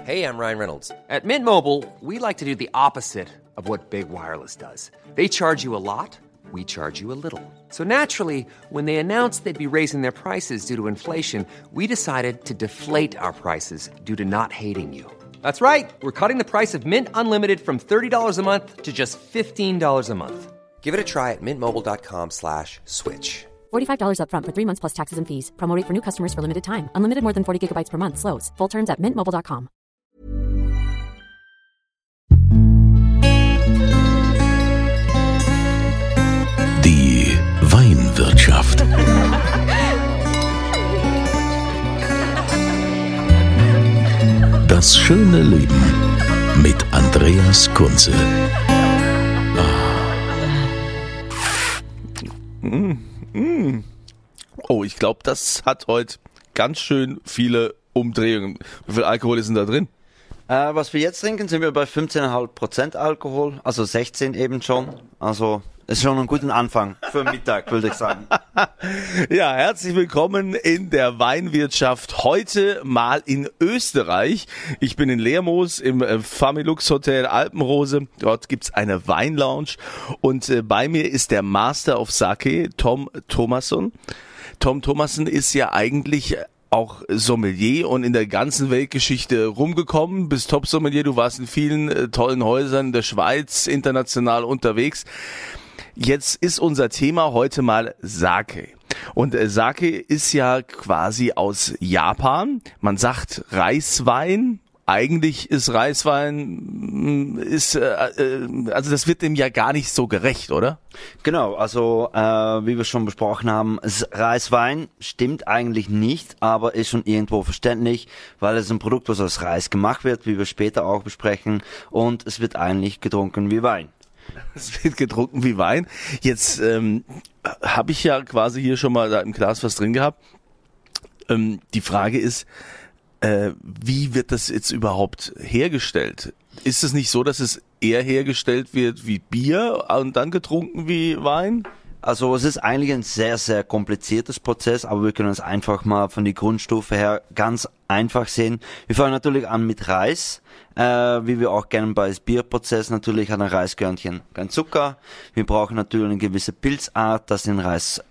Hey, I'm Ryan Reynolds. At Mint Mobile, we like to do the opposite of what Big Wireless does. They charge you a lot, we charge you a little. So naturally, when they announced they'd be raising their prices due to inflation, we decided to deflate our prices due to not hating you. That's right. We're cutting the price of Mint Unlimited from $30 a month to just $15 a month. Give it a try at mintmobile.com/switch. $45 up front for 3 months plus taxes and fees. Promo rate for new customers for limited time. Unlimited more than 40 gigabytes per month. Slows full terms at mintmobile.com. Die Weinwirtschaft. Das schöne Leben mit Andreas Kunze. Oh, ich glaube, das hat heute ganz schön viele Umdrehungen. Wie viel Alkohol ist denn da drin? Was wir jetzt trinken, sind wir bei 15,5% Alkohol, also 16 eben schon. Also ist schon ein guter Anfang für Mittag, würde ich sagen. Ja, herzlich willkommen in der Weinwirtschaft. Heute mal in Österreich. Ich bin in Lermoos im Familux Hotel Alpenrose. Dort gibt's eine Weinlounge und bei mir ist der Master of Sake, Tom Thomasson. Tom Thomasson ist ja eigentlich auch Sommelier und in der ganzen Weltgeschichte rumgekommen. Bist Top-Sommelier, du warst in vielen tollen Häusern der Schweiz, international unterwegs. Jetzt ist unser Thema heute mal Sake. Und Sake ist ja quasi aus Japan. Man sagt Reiswein. Eigentlich ist Reiswein, also das wird dem ja gar nicht so gerecht, oder? Genau, also wie wir schon besprochen haben, Reiswein stimmt eigentlich nicht, aber ist schon irgendwo verständlich, weil es ein Produkt, was aus Reis gemacht wird, wie wir später auch besprechen, und es wird eigentlich getrunken wie Wein. Es wird getrunken wie Wein. Jetzt habe ich ja quasi hier schon mal da im Glas was drin gehabt. Die Frage ist, wie wird das jetzt überhaupt hergestellt? Ist es nicht so, dass es eher hergestellt wird wie Bier und dann getrunken wie Wein? Also es ist eigentlich ein sehr, sehr kompliziertes Prozess, aber wir können es einfach mal von der Grundstufe her ganz einfach sehen. Wir fangen natürlich an mit Reis, wie wir auch gerne bei dem Bierprozess. Natürlich hat ein Reiskörnchen kein Zucker. Wir brauchen natürlich eine gewisse Pilzart, das den Reis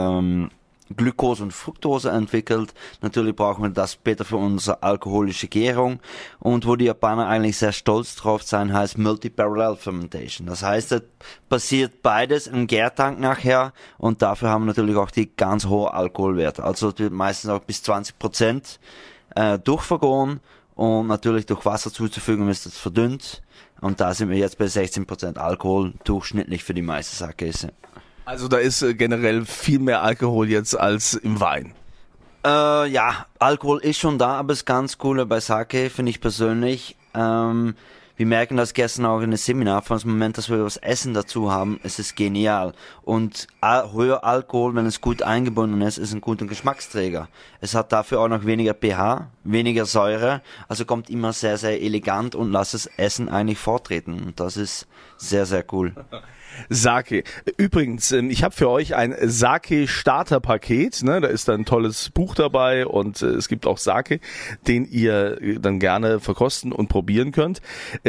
Glucose und Fructose entwickelt. Natürlich brauchen wir das später für unsere alkoholische Gärung. Und wo die Japaner eigentlich sehr stolz drauf sein, heißt Multi-Parallel Fermentation. Das heißt, es passiert beides im Gärtank nachher und dafür haben wir natürlich auch die ganz hohe Alkoholwerte. Also es wird meistens auch bis 20% durchvergoren und natürlich durch Wasser zuzufügen ist das verdünnt. Und da sind wir jetzt bei 16% Alkohol durchschnittlich für die meisten Sakes. Also da ist generell viel mehr Alkohol jetzt als im Wein. Ja, Alkohol ist schon da, aber das ganz Coole bei Sake finde ich persönlich, wir merken das gestern auch in einem Seminar, von dem Moment, dass wir das Essen dazu haben, es ist genial. Und höher Alkohol, wenn es gut eingebunden ist ein guter Geschmacksträger. Es hat dafür auch noch weniger pH, weniger Säure, also kommt immer sehr, sehr elegant und lässt das Essen eigentlich vortreten. Und das ist sehr, sehr cool. Sake. Übrigens, ich habe für euch ein Sake-Starter-Paket. Ne? Da ist da ein tolles Buch dabei und es gibt auch Sake, den ihr dann gerne verkosten und probieren könnt.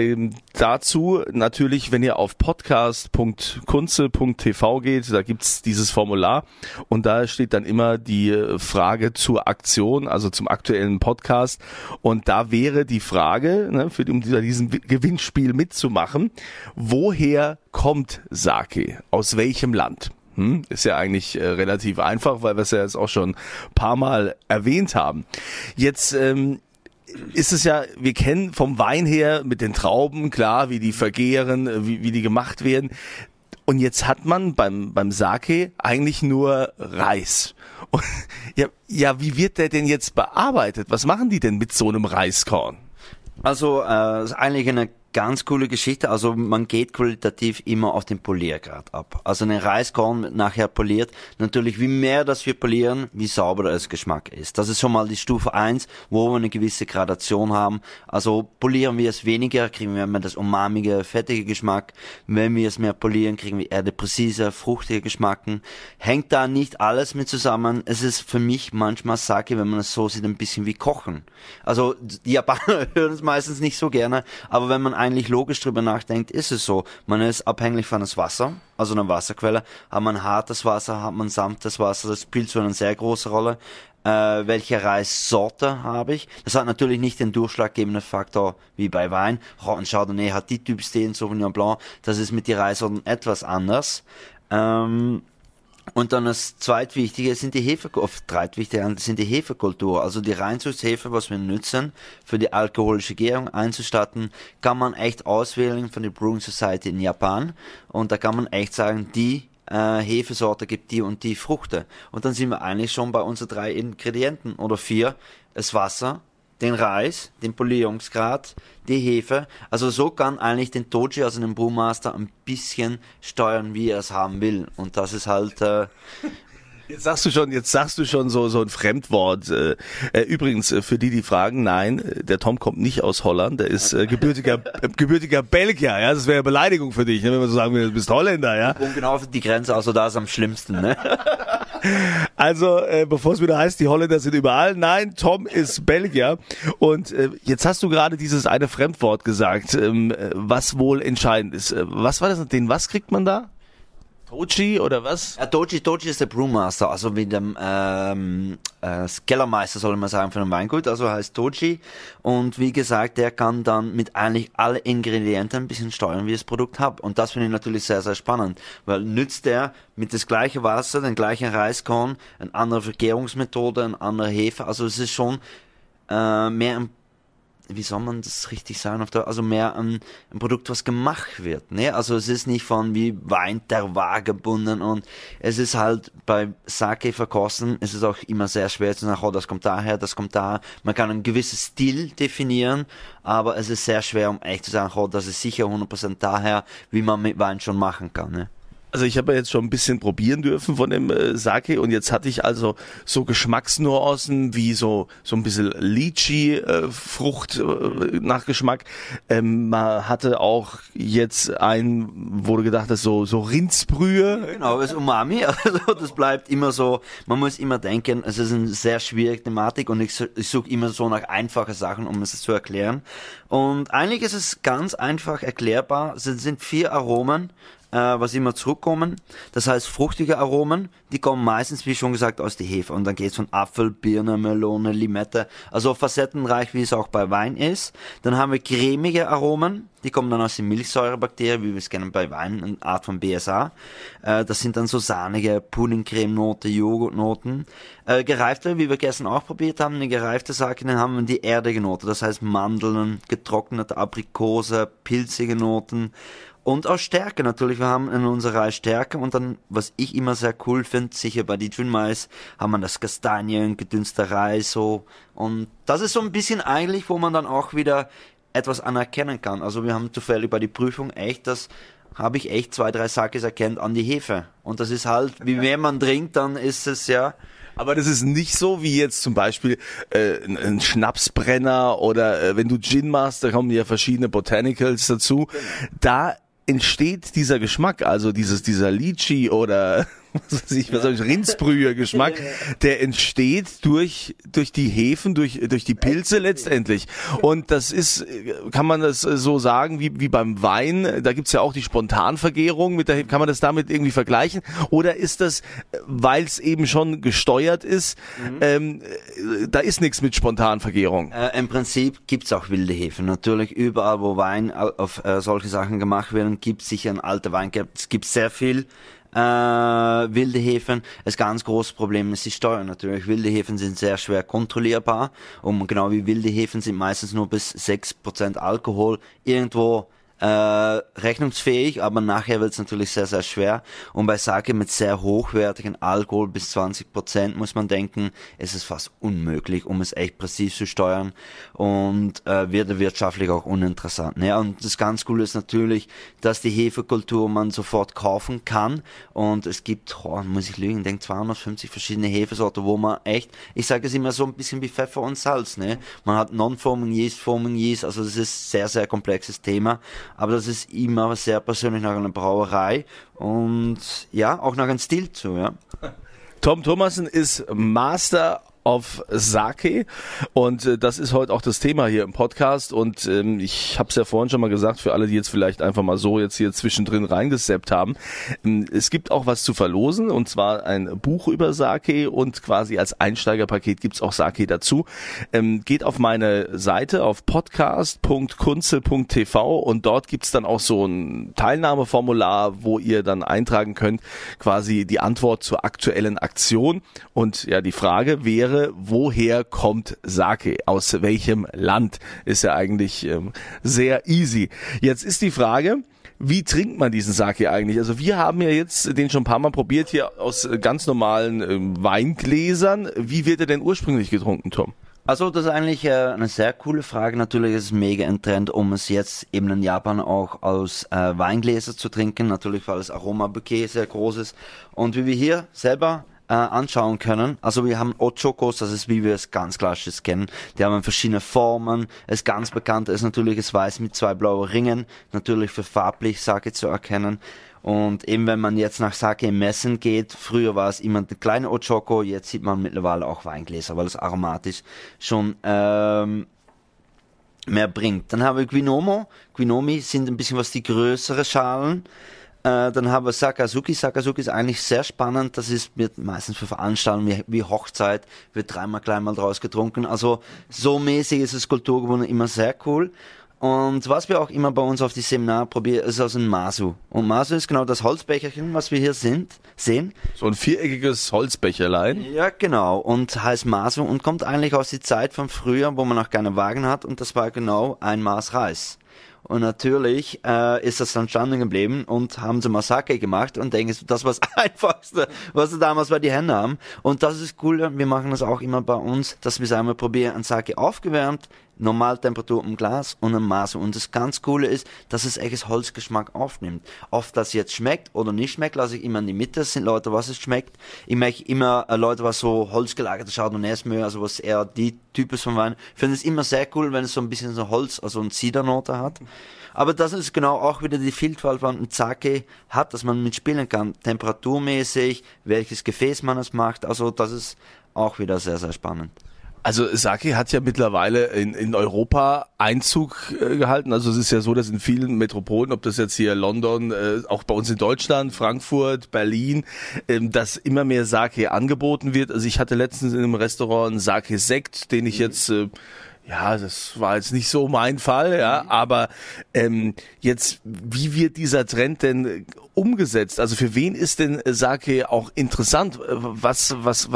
Dazu natürlich, wenn ihr auf podcast.kunze.tv geht, da gibt's dieses Formular und da steht dann immer die Frage zur Aktion, also zum aktuellen Podcast. Und da wäre die Frage, ne, um diesen Gewinnspiel mitzumachen, woher kommt Sake? Aus welchem Land? Ist ja eigentlich relativ einfach, weil wir es ja jetzt auch schon ein paar Mal erwähnt haben. Jetzt ist es ja, wir kennen vom Wein her mit den Trauben, klar, wie die vergären, wie die gemacht werden. Und jetzt hat man beim Sake eigentlich nur Reis. Und, ja, wie wird der denn jetzt bearbeitet? Was machen die denn mit so einem Reiskorn? Also ist eigentlich eine ganz coole Geschichte. Also man geht qualitativ immer auf den Poliergrad ab. Also ein Reiskorn wird nachher poliert. Natürlich, wie mehr das wir polieren, wie sauberer das Geschmack ist. Das ist schon mal die Stufe 1, wo wir eine gewisse Gradation haben. Also polieren wir es weniger, kriegen wir mehr das umamige, fettige Geschmack. Wenn wir es mehr polieren, kriegen wir eher der präzise, fruchtige Geschmack. Hängt da nicht alles mit zusammen. Es ist für mich manchmal Sake, wenn man es so sieht, ein bisschen wie Kochen. Also die Japaner hören es meistens nicht so gerne, aber wenn man eigentlich logisch drüber nachdenkt, ist es so. Man ist abhängig von das Wasser, also einer Wasserquelle. Hat man hartes Wasser, hat man sanftes Wasser, das spielt so eine sehr große Rolle. Welche Reissorte habe ich? Das hat natürlich nicht den durchschlaggebenden Faktor wie bei Wein. Ein Chardonnay hat die Typstil, Sauvignon Blanc. Das ist mit den Reissorten etwas anders. Und dann das zweitwichtige sind die Hefekultur. Also die Reinzugshefe, was wir nutzen, für die alkoholische Gärung einzustatten, kann man echt auswählen von der Brewing Society in Japan. Und da kann man echt sagen, die Hefesorte gibt die und die Früchte. Und dann sind wir eigentlich schon bei unseren 3 Ingredienten oder 4. Das Wasser, den Reis, den Polierungsgrad, die Hefe. Also so kann eigentlich den Toji, also den Brewmaster, ein bisschen steuern, wie er es haben will. Und das ist halt... Jetzt sagst du schon so ein Fremdwort. Übrigens, für die fragen, nein, der Tom kommt nicht aus Holland, der ist gebürtiger Belgier, ja, das wäre eine Beleidigung für dich, ne, wenn wir so sagen, du bist Holländer, ja. Und genau auf die Grenze, also da ist am schlimmsten, ne. Also, bevor es wieder heißt, die Holländer sind überall, nein, Tom ist Belgier. Und jetzt hast du gerade dieses eine Fremdwort gesagt, was wohl entscheidend ist. Was war das? Was kriegt man da? Toji oder was? Ja, Toji ist der Brewmaster, also wie dem Kellermeister soll man sagen von einem Weingut, also heißt Toji. Und wie gesagt, der kann dann mit eigentlich alle Ingredienten ein bisschen steuern, wie das Produkt hat. Und das finde ich natürlich sehr, sehr spannend, weil nützt der mit das gleiche Wasser, den gleichen Reiskorn, eine andere Vergärungsmethode, eine andere Hefe. Also es ist schon mehr ein, wie soll man das richtig sagen, also mehr ein Produkt, was gemacht wird, ne? Also es ist nicht von wie Wein terroir gebunden und es ist halt bei Sake verkosten, es ist auch immer sehr schwer zu sagen, oh, das kommt daher, das kommt da. Man kann einen gewissen Stil definieren, aber es ist sehr schwer, um echt zu sagen, oh, das ist sicher 100% daher, wie man mit Wein schon machen kann, ne? Also ich habe ja jetzt schon ein bisschen probieren dürfen von dem Sake und jetzt hatte ich also so Geschmacksnuancen wie so ein bisschen Lychee, Nachgeschmack. Man hatte auch jetzt wo du gedacht hast, so Rindsbrühe. Genau, das Umami, also das bleibt immer so, man muss immer denken, es ist eine sehr schwierige Thematik und ich suche immer so nach einfachen Sachen, um es zu erklären. Und eigentlich ist es ganz einfach erklärbar, es sind 4 Aromen, was immer zurückkommen. Das heißt, fruchtige Aromen, die kommen meistens, wie schon gesagt, aus der Hefe. Und dann geht's von Apfel, Birne, Melone, Limette. Also facettenreich, wie es auch bei Wein ist. Dann haben wir cremige Aromen, die kommen dann aus den Milchsäurebakterien, wie wir es kennen bei Wein, eine Art von BSA. Das sind dann so sahnige Puddingcreme-Note, Joghurtnoten. Gereifte, wie wir gestern auch probiert haben, eine gereifte Sake, dann haben wir die erdige Note. Das heißt Mandeln, getrocknete Aprikose, pilzige Noten. Und auch Stärke natürlich, wir haben in unserer Reihe Stärke und dann, was ich immer sehr cool finde, sicher bei die Junmais, haben wir das Kastanien, gedünster Reis, so. Und das ist so ein bisschen eigentlich, wo man dann auch wieder etwas anerkennen kann. Also wir haben zufällig bei der Prüfung echt, das habe ich echt 2, 3 Sakes erkannt an die Hefe. Und das ist halt, wie mehr man trinkt, dann ist es ja... Aber das ist nicht so wie jetzt zum Beispiel ein Schnapsbrenner oder wenn du Gin machst, da kommen ja verschiedene Botanicals dazu. Da entsteht dieser Geschmack, also dieser Lychee oder Rindsbrühe-Geschmack, der entsteht durch die Hefen, durch die Pilze letztendlich. Und das ist, kann man das so sagen, wie beim Wein, da gibt's ja auch die Spontanvergärung mit der Hefe, kann man das damit irgendwie vergleichen? Oder ist das, weil es eben schon gesteuert ist, da ist nichts mit Spontanvergärung? Im Prinzip gibt's auch wilde Hefen. Natürlich überall, wo Wein auf solche Sachen gemacht werden, gibt's sicher ein alter Wein. Es gibt sehr viel wilde Hefen. Das ganz große Problem ist die Steuer natürlich. Wilde Hefen sind sehr schwer kontrollierbar und genau wie wilde Hefen sind meistens nur bis 6% Alkohol irgendwo rechnungsfähig, aber nachher wird es natürlich sehr, sehr schwer. Und bei Sake mit sehr hochwertigen Alkohol bis 20% muss man denken, ist es fast unmöglich, um es echt präzise zu steuern und wird wirtschaftlich auch uninteressant. Ne? Und das ganz Coole ist natürlich, dass die Hefekultur man sofort kaufen kann und es gibt, muss ich lügen, ich denke 250 verschiedene Hefesorten, wo man echt, ich sage es immer so ein bisschen wie Pfeffer und Salz, ne? Man hat Non-Foaming Yeast, Foaming Yeast, also das ist ein sehr, sehr komplexes Thema, aber das ist immer sehr persönlich nach einer Brauerei und ja, auch nach einem Stil zu, ja. Tom Thomassen ist Master of Sake und das ist heute auch das Thema hier im Podcast und ich habe es ja vorhin schon mal gesagt, für alle, die jetzt vielleicht einfach mal so jetzt hier zwischendrin reingesappt haben, es gibt auch was zu verlosen und zwar ein Buch über Sake und quasi als Einsteigerpaket gibt's auch Sake dazu. Geht auf meine Seite auf podcast.kunze.tv und dort gibt's dann auch so ein Teilnahmeformular, wo ihr dann eintragen könnt, quasi die Antwort zur aktuellen Aktion und ja, die Frage wäre, woher kommt Sake? Aus welchem Land? Ist ja eigentlich sehr easy. Jetzt ist die Frage, wie trinkt man diesen Sake eigentlich? Also wir haben ja jetzt den schon ein paar Mal probiert hier aus ganz normalen Weingläsern. Wie wird er denn ursprünglich getrunken, Tom? Also das ist eigentlich eine sehr coole Frage. Natürlich ist es mega ein Trend, um es jetzt eben in Japan auch aus Weingläser zu trinken. Natürlich, weil das Aromabouquet sehr groß ist. Und wie wir hier selber anschauen können. Also wir haben Ochokos, das ist wie wir es ganz klassisch kennen. Die haben verschiedene Formen. Das ganz bekannte ist natürlich das Weiß mit 2 blauen Ringen, natürlich für farblich Sake zu erkennen. Und eben wenn man jetzt nach Sake im Messen geht, früher war es immer eine kleine Ochoko, jetzt sieht man mittlerweile auch Weingläser, weil es aromatisch schon mehr bringt. Dann haben wir Guinomo. Guinomi sind ein bisschen was die größere Schalen. Dann haben wir Sakazuki. Sakazuki ist eigentlich sehr spannend. Das wird meistens für Veranstaltungen wie Hochzeit, wird 3-mal kleinmal draus getrunken. Also so mäßig ist es kulturgebunden immer sehr cool. Und was wir auch immer bei uns auf die Seminar probieren, ist aus dem Masu. Und Masu ist genau das Holzbecherchen, was wir hier sehen. So ein viereckiges Holzbecherlein. Ja, genau. Und heißt Masu und kommt eigentlich aus der Zeit von früher, wo man noch keine Wagen hat. Und das war genau ein Maß Reis. Und natürlich ist das dann standen geblieben und haben sie mal Sake gemacht und denken, das war das Einfachste, was sie damals bei die Hände haben. Und das ist cool, wir machen das auch immer bei uns, dass wir es einmal probieren, ein Sake aufgewärmt, Normaltemperatur im Glas und im Maß. Und das ganz Coole ist, dass es echt Holzgeschmack aufnimmt. Oft, dass es jetzt schmeckt oder nicht schmeckt, lasse ich immer in die Mitte. Das sind Leute, was es schmeckt. Ich möchte immer Leute, was so holzgelagerte Chardonnay-Mögen, also was eher die Types von Wein. Ich finde es immer sehr cool, wenn es so ein bisschen so Holz, also eine Zidernote hat. Aber das ist genau auch wieder die Vielfalt, was ein Sake hat, dass man mitspielen kann. Temperaturmäßig, welches Gefäß man es macht. Also das ist auch wieder sehr, sehr spannend. Also Sake hat ja mittlerweile in Europa Einzug gehalten. Also es ist ja so, dass in vielen Metropolen, ob das jetzt hier London, auch bei uns in Deutschland, Frankfurt, Berlin, dass immer mehr Sake angeboten wird. Also ich hatte letztens in einem Restaurant einen Sake-Sekt, den ich jetzt... Ja, das war jetzt nicht so mein Fall, ja, aber jetzt, wie wird dieser Trend denn umgesetzt? Also für wen ist denn Sake auch interessant? Was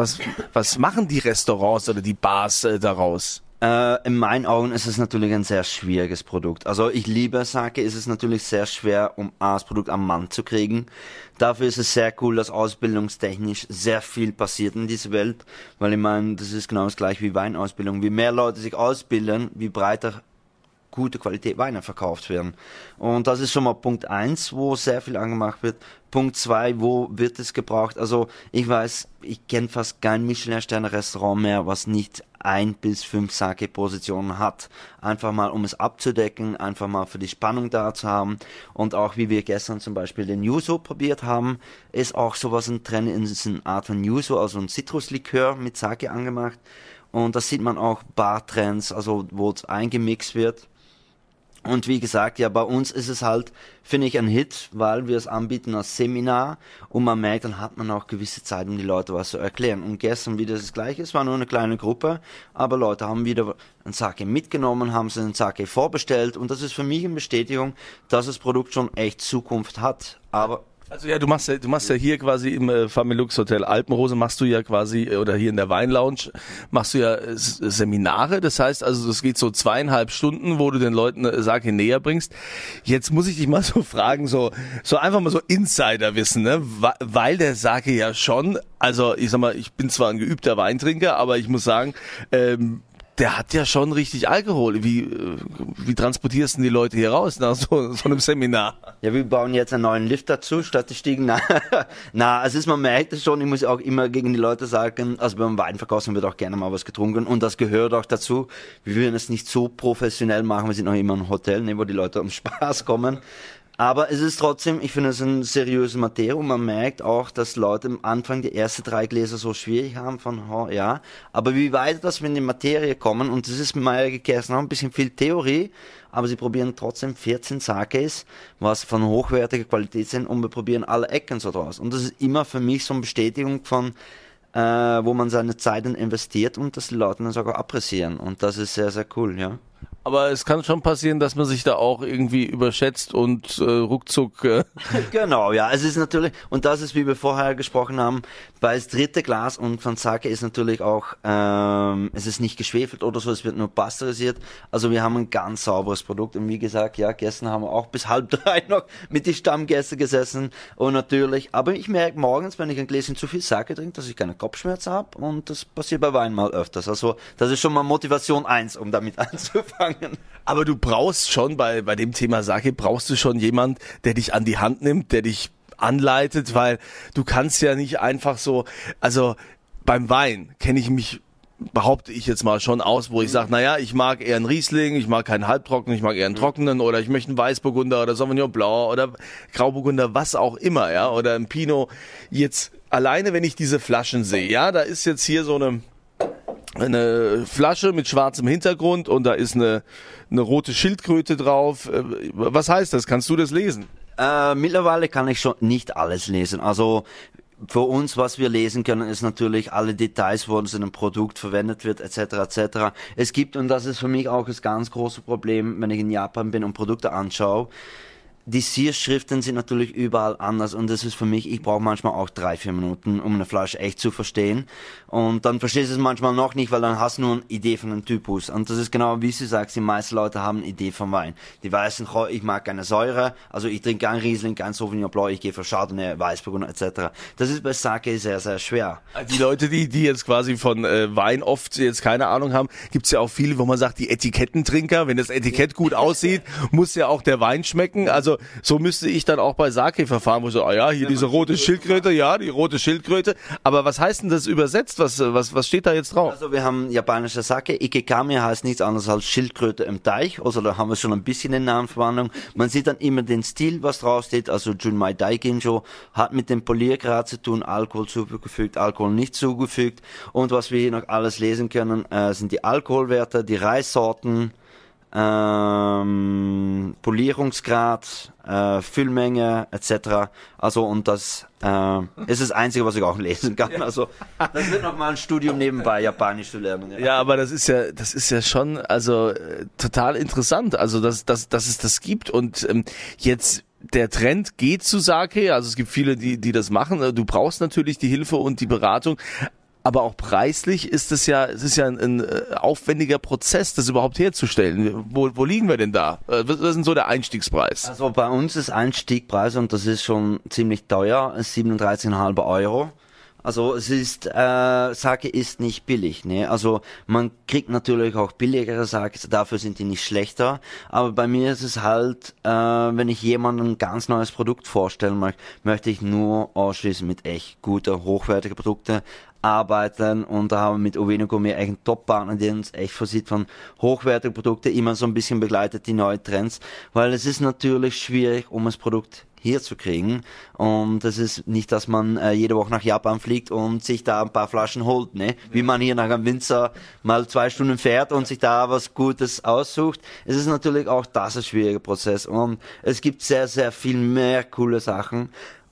machen die Restaurants oder die Bars daraus? In meinen Augen ist es natürlich ein sehr schwieriges Produkt. Also ich liebe Sake, ist es natürlich sehr schwer, um das Produkt am Mann zu kriegen. Dafür ist es sehr cool, dass ausbildungstechnisch sehr viel passiert in dieser Welt, weil ich meine, das ist genau das gleiche wie Weinausbildung. Wie mehr Leute sich ausbilden, wie breiter gute Qualität Weine verkauft werden. Und das ist schon mal Punkt 1, wo sehr viel angemacht wird. Punkt 2, wo wird es gebraucht? Also ich weiß, ich kenne fast kein Michelin-Sterne-Restaurant mehr, was nicht 1 bis 5 Sake-Positionen hat. Einfach mal, um es abzudecken, einfach mal für die Spannung da zu haben. Und auch wie wir gestern zum Beispiel den Yuzu probiert haben, ist auch sowas ein Trend in einer Art von Yuzu, also ein Zitruslikör mit Sake angemacht. Und das sieht man auch Bartrends, also wo es eingemixt wird. Und wie gesagt, ja, bei uns ist es halt, finde ich, ein Hit, weil wir es anbieten als Seminar und man merkt, dann hat man auch gewisse Zeit, um die Leute was zu erklären. Und gestern wieder das Gleiche, es war nur eine kleine Gruppe, aber Leute haben wieder ein Sake mitgenommen, haben sie einen Sake vorbestellt und das ist für mich eine Bestätigung, dass das Produkt schon echt Zukunft hat. Aber Also ja, du machst ja hier quasi im Familux Hotel Alpenrose machst du ja quasi, oder hier in der Weinlounge machst du ja Seminare. Das heißt also, das geht so 2,5 Stunden, wo du den Leuten Sake näher bringst. Jetzt muss ich dich mal so fragen, so einfach mal so Insiderwissen, ne? Weil der Sake ja schon, also ich sag mal, ich bin zwar ein geübter Weintrinker, aber ich muss sagen, der hat ja schon richtig Alkohol. Wie transportierst du die Leute hier raus nach so einem Seminar? Ja, wir bauen jetzt einen neuen Lift dazu, statt die Stiegen. Also man merkt es schon, ich muss auch immer gegen die Leute sagen, also beim Weinverkaufen wird auch gerne mal was getrunken und das gehört auch dazu. Wir würden es nicht so professionell machen, wir sind noch immer ein Hotel, ne, wo die Leute um Spaß kommen. Aber es ist trotzdem, ich finde es eine seriöse Materie und man merkt auch, dass Leute am Anfang die ersten 3 Gläser so schwierig haben aber wie weit das wir in die Materie kommen und das ist Meyer Gersten auch ein bisschen viel Theorie, aber sie probieren trotzdem 14 Sakes, was von hochwertiger Qualität sind und wir probieren alle Ecken so draus und das ist immer für mich so eine Bestätigung von wo man seine Zeit investiert und das die Leute dann sogar appreciieren und das ist sehr, sehr cool, ja. Aber es kann schon passieren, dass man sich da auch irgendwie überschätzt und ruckzuck... Genau, ja. Es ist natürlich, und das ist, wie wir vorher gesprochen haben, bei das 3. Glas und von Sake ist natürlich auch, es ist nicht geschwefelt oder so, es wird nur pasteurisiert. Also wir haben ein ganz sauberes Produkt. Und wie gesagt, ja, gestern haben wir auch bis 2:30 noch mit den Stammgästen gesessen. Und natürlich, aber ich merke morgens, wenn ich ein Gläschen zu viel Sake trinke, dass ich keine Kopfschmerzen habe. Und das passiert bei Wein mal öfters. Also das ist schon mal Motivation 1, um damit anzufangen. Aber du brauchst schon, bei dem Thema Sake, brauchst du schon jemand, der dich an die Hand nimmt, der dich anleitet, weil du kannst ja nicht einfach so, also beim Wein kenne ich mich, behaupte ich jetzt mal schon aus, wo ich sage, naja, ich mag eher einen Riesling, ich mag keinen Halbtrockenen, ich mag eher einen Trockenen oder ich möchte einen Weißburgunder oder Sauvignon Blanc oder Grauburgunder, was auch immer, ja, oder ein Pinot. Jetzt alleine, wenn ich diese Flaschen sehe, ja, da ist jetzt hier so eine Flasche mit schwarzem Hintergrund und da ist eine rote Schildkröte drauf. Was heißt das? Kannst du das lesen? Mittlerweile kann ich schon nicht alles lesen. Also für uns, was wir lesen können, ist natürlich alle Details, wo es in einem Produkt verwendet wird, etc. etc. Es gibt, und das ist für mich auch das ganz große Problem, wenn ich in Japan bin und Produkte anschaue, die Sierschriften sind natürlich überall anders und das ist für mich, ich brauche manchmal auch 3-4 Minuten, um eine Flasche echt zu verstehen und dann verstehst du es manchmal noch nicht, weil dann hast du nur eine Idee von einem Typus und das ist genau wie du sagst, die meisten Leute haben eine Idee vom Wein. Die weißen, ich mag keine Säure, also ich trinke kein Riesling, kein Sauvignon Blanc, ich gehe für Chardonnay, Weißburgunder etc. Das ist bei Sake sehr, sehr schwer. Die Leute, die jetzt quasi von Wein oft jetzt keine Ahnung haben, gibt's ja auch viele, wo man sagt, die Etikettentrinker, wenn das Etikett gut aussieht, muss ja auch der Wein schmecken, also so müsste ich dann auch bei Sake verfahren, wo ich so, hier diese rote Schildkröte, ja, die rote Schildkröte. Aber was heißt denn das übersetzt? Was steht da jetzt drauf? Also wir haben japanische Sake. Ikekami heißt nichts anderes als Schildkröte im Teich. Also da haben wir schon ein bisschen eine Namenverwandlung. Man sieht dann immer den Stil, was draufsteht. Also Junmai Daiginjo hat mit dem Poliergrad zu tun, Alkohol zugefügt, Alkohol nicht zugefügt. Und was wir hier noch alles lesen können, sind die Alkoholwerte, die Reissorten, Polierungsgrad, Füllmenge etc. Also und das ist das Einzige, was ich auch lesen kann. Also das wird nochmal ein Studium nebenbei, Japanisch zu lernen. Ja, aber das ist ja schon also total interessant, also dass es das gibt und jetzt der Trend geht zu Sake, also es gibt viele, die das machen. Du brauchst natürlich die Hilfe und die Beratung. Aber auch preislich ist es ist ja ein aufwendiger Prozess, das überhaupt herzustellen. Wo liegen wir denn da? Was ist denn so der Einstiegspreis? Also bei uns ist Einstiegspreis, und das ist schon ziemlich teuer, 37,5 Euro. Also es ist, Sake ist nicht billig, ne? Also man kriegt natürlich auch billigere Sake, dafür sind die nicht schlechter. Aber bei mir ist es halt, wenn ich jemandem ein ganz neues Produkt vorstellen möchte ich nur ausschließlich mit echt guten, hochwertigen Produkten arbeiten, und da haben wir mit Uveno Gourmet echt einen Top-Partner, der uns echt versieht von hochwertigen Produkten, immer so ein bisschen begleitet die neuen Trends, weil es ist natürlich schwierig, um das Produkt hier zu kriegen, und es ist nicht, dass man jede Woche nach Japan fliegt und sich da ein paar Flaschen holt, ne? Wie man hier nach einem Winzer mal 2 Stunden fährt und sich da was Gutes aussucht. Es ist natürlich auch das ein schwieriger Prozess, und es gibt sehr, sehr viel mehr coole Sachen.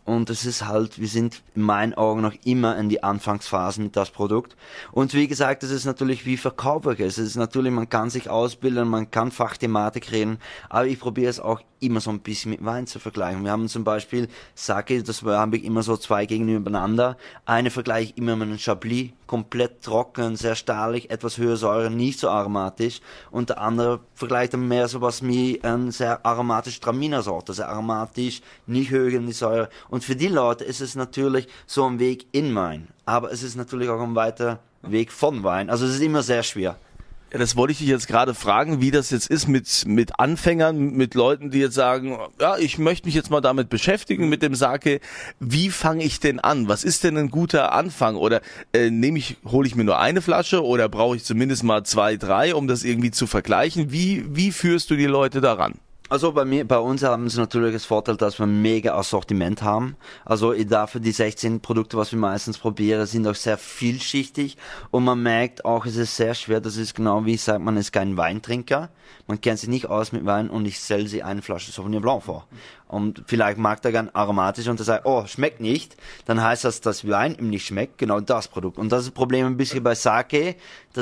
Und es ist halt, wir sind in meinen Augen noch immer in die Anfangsphasen mit das Produkt. Und wie gesagt, es ist natürlich wie Verkäufer. Es ist natürlich, man kann sich ausbilden, man kann Fachthematik reden, aber ich probiere es auch immer so ein bisschen mit Wein zu vergleichen. Wir haben zum Beispiel Sake, das habe ich immer so zwei gegeneinander. Eine vergleiche ich immer mit einem Chablis, komplett trocken, sehr stahlig, etwas höher Säure, nicht so aromatisch. Und der andere vergleicht dann mehr sowas wie eine sehr aromatische Traminer-Sorte, sehr aromatisch, nicht höher in die Säure. Und für die Leute ist es natürlich so ein Weg in Wein. Aber es ist natürlich auch ein weiter Weg von Wein. Also es ist immer sehr schwer. Ja, das wollte ich dich jetzt gerade fragen, wie das jetzt ist mit Anfängern, mit Leuten, die jetzt sagen, ja, ich möchte mich jetzt mal damit beschäftigen, mit dem Sake. Wie fange ich denn an? Was ist denn ein guter Anfang? Oder hole ich mir nur eine Flasche oder brauche ich zumindest mal 2, 3, um das irgendwie zu vergleichen? Wie führst du die Leute daran? Also bei uns haben sie natürlich das Vorteil, dass wir ein mega Assortiment haben. Also dafür die 16 Produkte, was wir meistens probieren, sind auch sehr vielschichtig. Und man merkt auch, es ist sehr schwer, das ist genau wie ich sage, man ist kein Weintrinker. Man kennt sich nicht aus mit Wein und ich stelle sie eine Flasche Sauvignon Blanc vor. Und vielleicht mag der gern aromatisch und er sagt, oh, schmeckt nicht. Dann heißt das, dass Wein ihm nicht schmeckt, genau das Produkt. Und das ist das Problem ein bisschen bei Sake,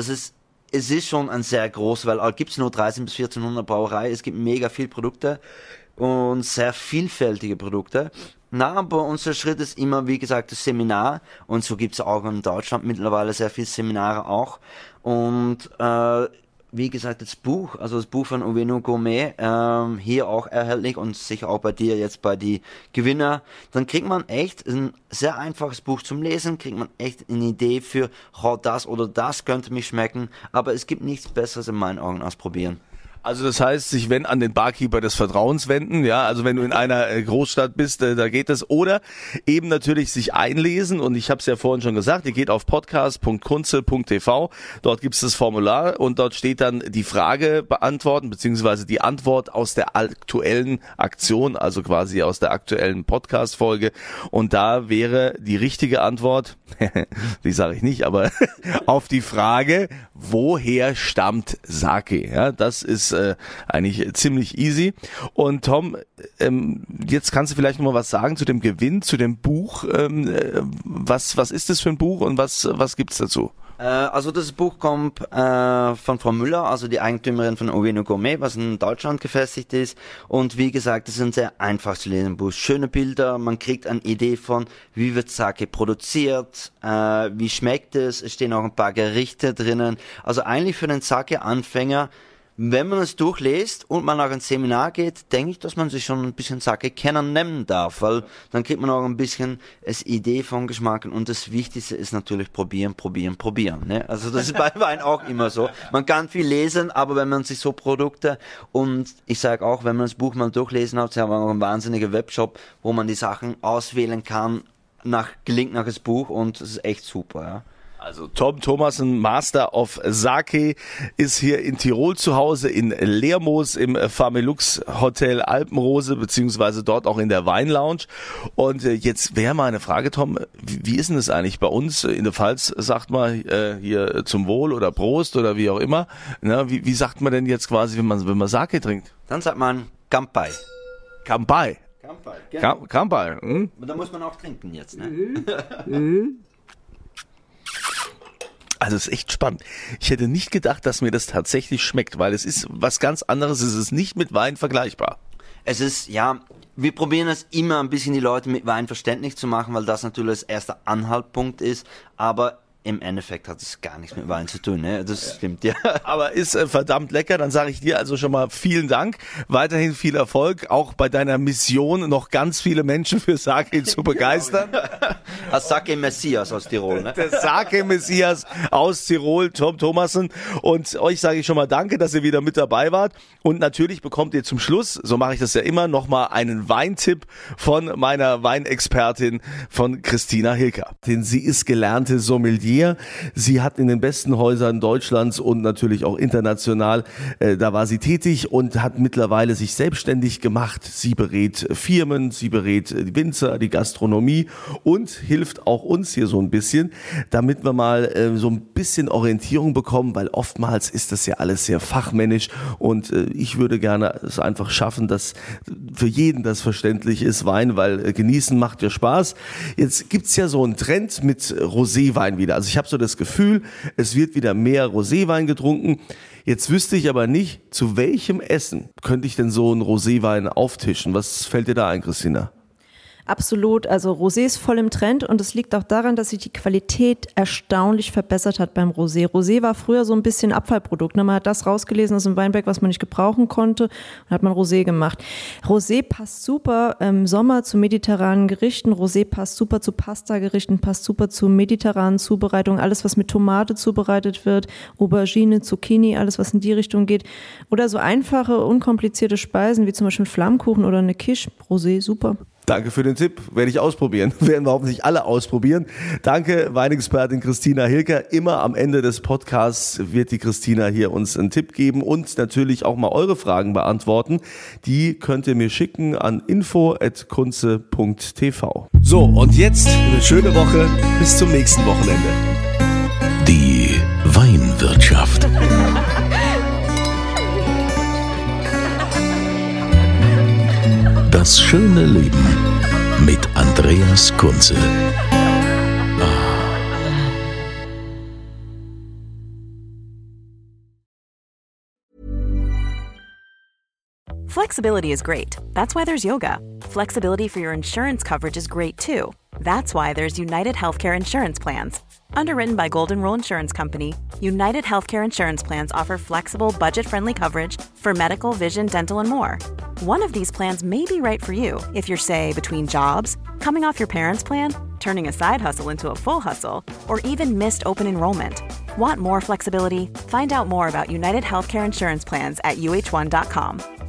es ist schon ein sehr groß, weil gibt es nur 13 bis 1400 Brauereien, es gibt mega viele Produkte und sehr vielfältige Produkte. Na, aber unser Schritt ist immer, wie gesagt, das Seminar und so gibt es auch in Deutschland mittlerweile sehr viele Seminare auch und wie gesagt, das Buch von Uveno Gourmet, hier auch erhältlich und sicher auch bei dir jetzt bei die Gewinner, dann kriegt man echt ein sehr einfaches Buch zum Lesen, kriegt man echt eine Idee für, oh, das oder das könnte mich schmecken, aber es gibt nichts Besseres in meinen Augen als probieren. Also das heißt, sich an den Barkeeper des Vertrauens wenden, ja, also wenn du in einer Großstadt bist, da geht das. Oder eben natürlich sich einlesen und ich habe es ja vorhin schon gesagt, ihr geht auf podcast.kunze.tv, dort gibt es das Formular und dort steht dann die Frage beantworten, beziehungsweise die Antwort aus der aktuellen Aktion, also quasi aus der aktuellen Podcast-Folge und da wäre die richtige Antwort, die sage ich nicht, aber auf die Frage, woher stammt Sake? Ja, das ist eigentlich ziemlich easy. Und Tom, jetzt kannst du vielleicht noch mal was sagen zu dem Gewinn, zu dem Buch. Was ist das für ein Buch und was gibt's dazu? Also das Buch kommt von Frau Müller, also die Eigentümerin von Uveno Gourmet, was in Deutschland gefestigt ist. Und wie gesagt, es ist ein sehr einfach zu lesen Buch. Schöne Bilder, man kriegt eine Idee von, wie wird Sake produziert, wie schmeckt es. Es stehen auch ein paar Gerichte drinnen. Also eigentlich für den Sake-Anfänger, wenn man es durchliest und man nach ein Seminar geht, denke ich, dass man sich schon ein bisschen Sake kennenlernen darf, weil dann kriegt man auch ein bisschen eine Idee vom Geschmack und das Wichtigste ist natürlich probieren. Ne? Also das ist bei Wein auch immer so. Man kann viel lesen, aber wenn man sich so Produkte und ich sage auch, wenn man das Buch mal durchlesen hat, sie haben auch einen wahnsinnigen Webshop, wo man die Sachen auswählen kann, gelingt nach das Buch und das ist echt super, ja. Also Tom Thomassen, Master of Sake, ist hier in Tirol zu Hause in Lermoos im Familux Hotel Alpenrose, beziehungsweise dort auch in der Weinlounge. Und jetzt wäre mal eine Frage, Tom, wie ist denn das eigentlich bei uns in der Pfalz? Sagt man hier zum Wohl oder Prost oder wie auch immer. Na, wie sagt man denn jetzt quasi, wenn man Sake trinkt? Dann sagt man Kampai. Kampai. Kampai, genau. Kampai. Hm? Und da muss man auch trinken jetzt, ne? Also es ist echt spannend. Ich hätte nicht gedacht, dass mir das tatsächlich schmeckt, weil es ist was ganz anderes. Es ist nicht mit Wein vergleichbar. Es ist, ja, wir probieren es immer ein bisschen die Leute mit Wein verständlich zu machen, weil das natürlich das erste Anhaltspunkt ist. Aber im Endeffekt hat es gar nichts mit Wein zu tun, ne? Das stimmt, ja. Aber ist verdammt lecker. Dann sage ich dir also schon mal vielen Dank. Weiterhin viel Erfolg, auch bei deiner Mission, noch ganz viele Menschen für Sake zu begeistern. Als Sake Messias aus Tirol, ne? Der Sake Messias aus Tirol, Tom Thomassen. Und euch sage ich schon mal danke, dass ihr wieder mit dabei wart. Und natürlich bekommt ihr zum Schluss, so mache ich das ja immer, nochmal einen Weintipp von meiner Weinexpertin, von Christina Hilker. Denn sie ist gelernte Sommelier Sommelier. Sie hat in den besten Häusern Deutschlands und natürlich auch international, da war sie tätig und hat mittlerweile sich selbstständig gemacht. Sie berät Firmen, sie berät die Winzer, die Gastronomie und hilft auch uns hier so ein bisschen, damit wir mal so ein bisschen Orientierung bekommen, weil oftmals ist das ja alles sehr fachmännisch und ich würde gerne es einfach schaffen, dass für jeden das verständlich ist, Wein, weil genießen macht ja Spaß. Jetzt gibt's ja so einen Trend mit Roséwein wieder. Also ich habe so das Gefühl, es wird wieder mehr Roséwein getrunken. Jetzt wüsste ich aber nicht, zu welchem Essen könnte ich denn so einen Roséwein auftischen. Was fällt dir da ein, Christina? Absolut, also Rosé ist voll im Trend und es liegt auch daran, dass sich die Qualität erstaunlich verbessert hat beim Rosé. Rosé war früher so ein bisschen Abfallprodukt, ne? Man hat das rausgelesen aus dem Weinberg, was man nicht gebrauchen konnte und hat man Rosé gemacht. Rosé passt super im Sommer zu mediterranen Gerichten, Rosé passt super zu Pasta-Gerichten, passt super zu mediterranen Zubereitungen, alles was mit Tomate zubereitet wird, Aubergine, Zucchini, alles was in die Richtung geht oder so einfache, unkomplizierte Speisen wie zum Beispiel Flammkuchen oder eine Quiche, Rosé, super. Danke für den Tipp, werde ich ausprobieren. Werden wir hoffentlich alle ausprobieren. Danke, Weinexpertin Christina Hilker. Immer am Ende des Podcasts wird die Christina hier uns einen Tipp geben und natürlich auch mal eure Fragen beantworten. Die könnt ihr mir schicken an info@kunze.tv. So, und jetzt eine schöne Woche. Bis zum nächsten Wochenende. Die Weinwirtschaft. Das schöne Leben mit Andreas Kunze. Flexibility is great. That's why there's yoga. Flexibility for your insurance coverage is great too. That's why there's United Healthcare Insurance Plans. Underwritten by Golden Rule Insurance Company, United Healthcare Insurance Plans offer flexible, budget-friendly coverage for medical, vision, dental, and more. One of these plans may be right for you if you're, say, between jobs, coming off your parents' plan, turning a side hustle into a full hustle, or even missed open enrollment. Want more flexibility? Find out more about United Healthcare Insurance Plans at uh1.com.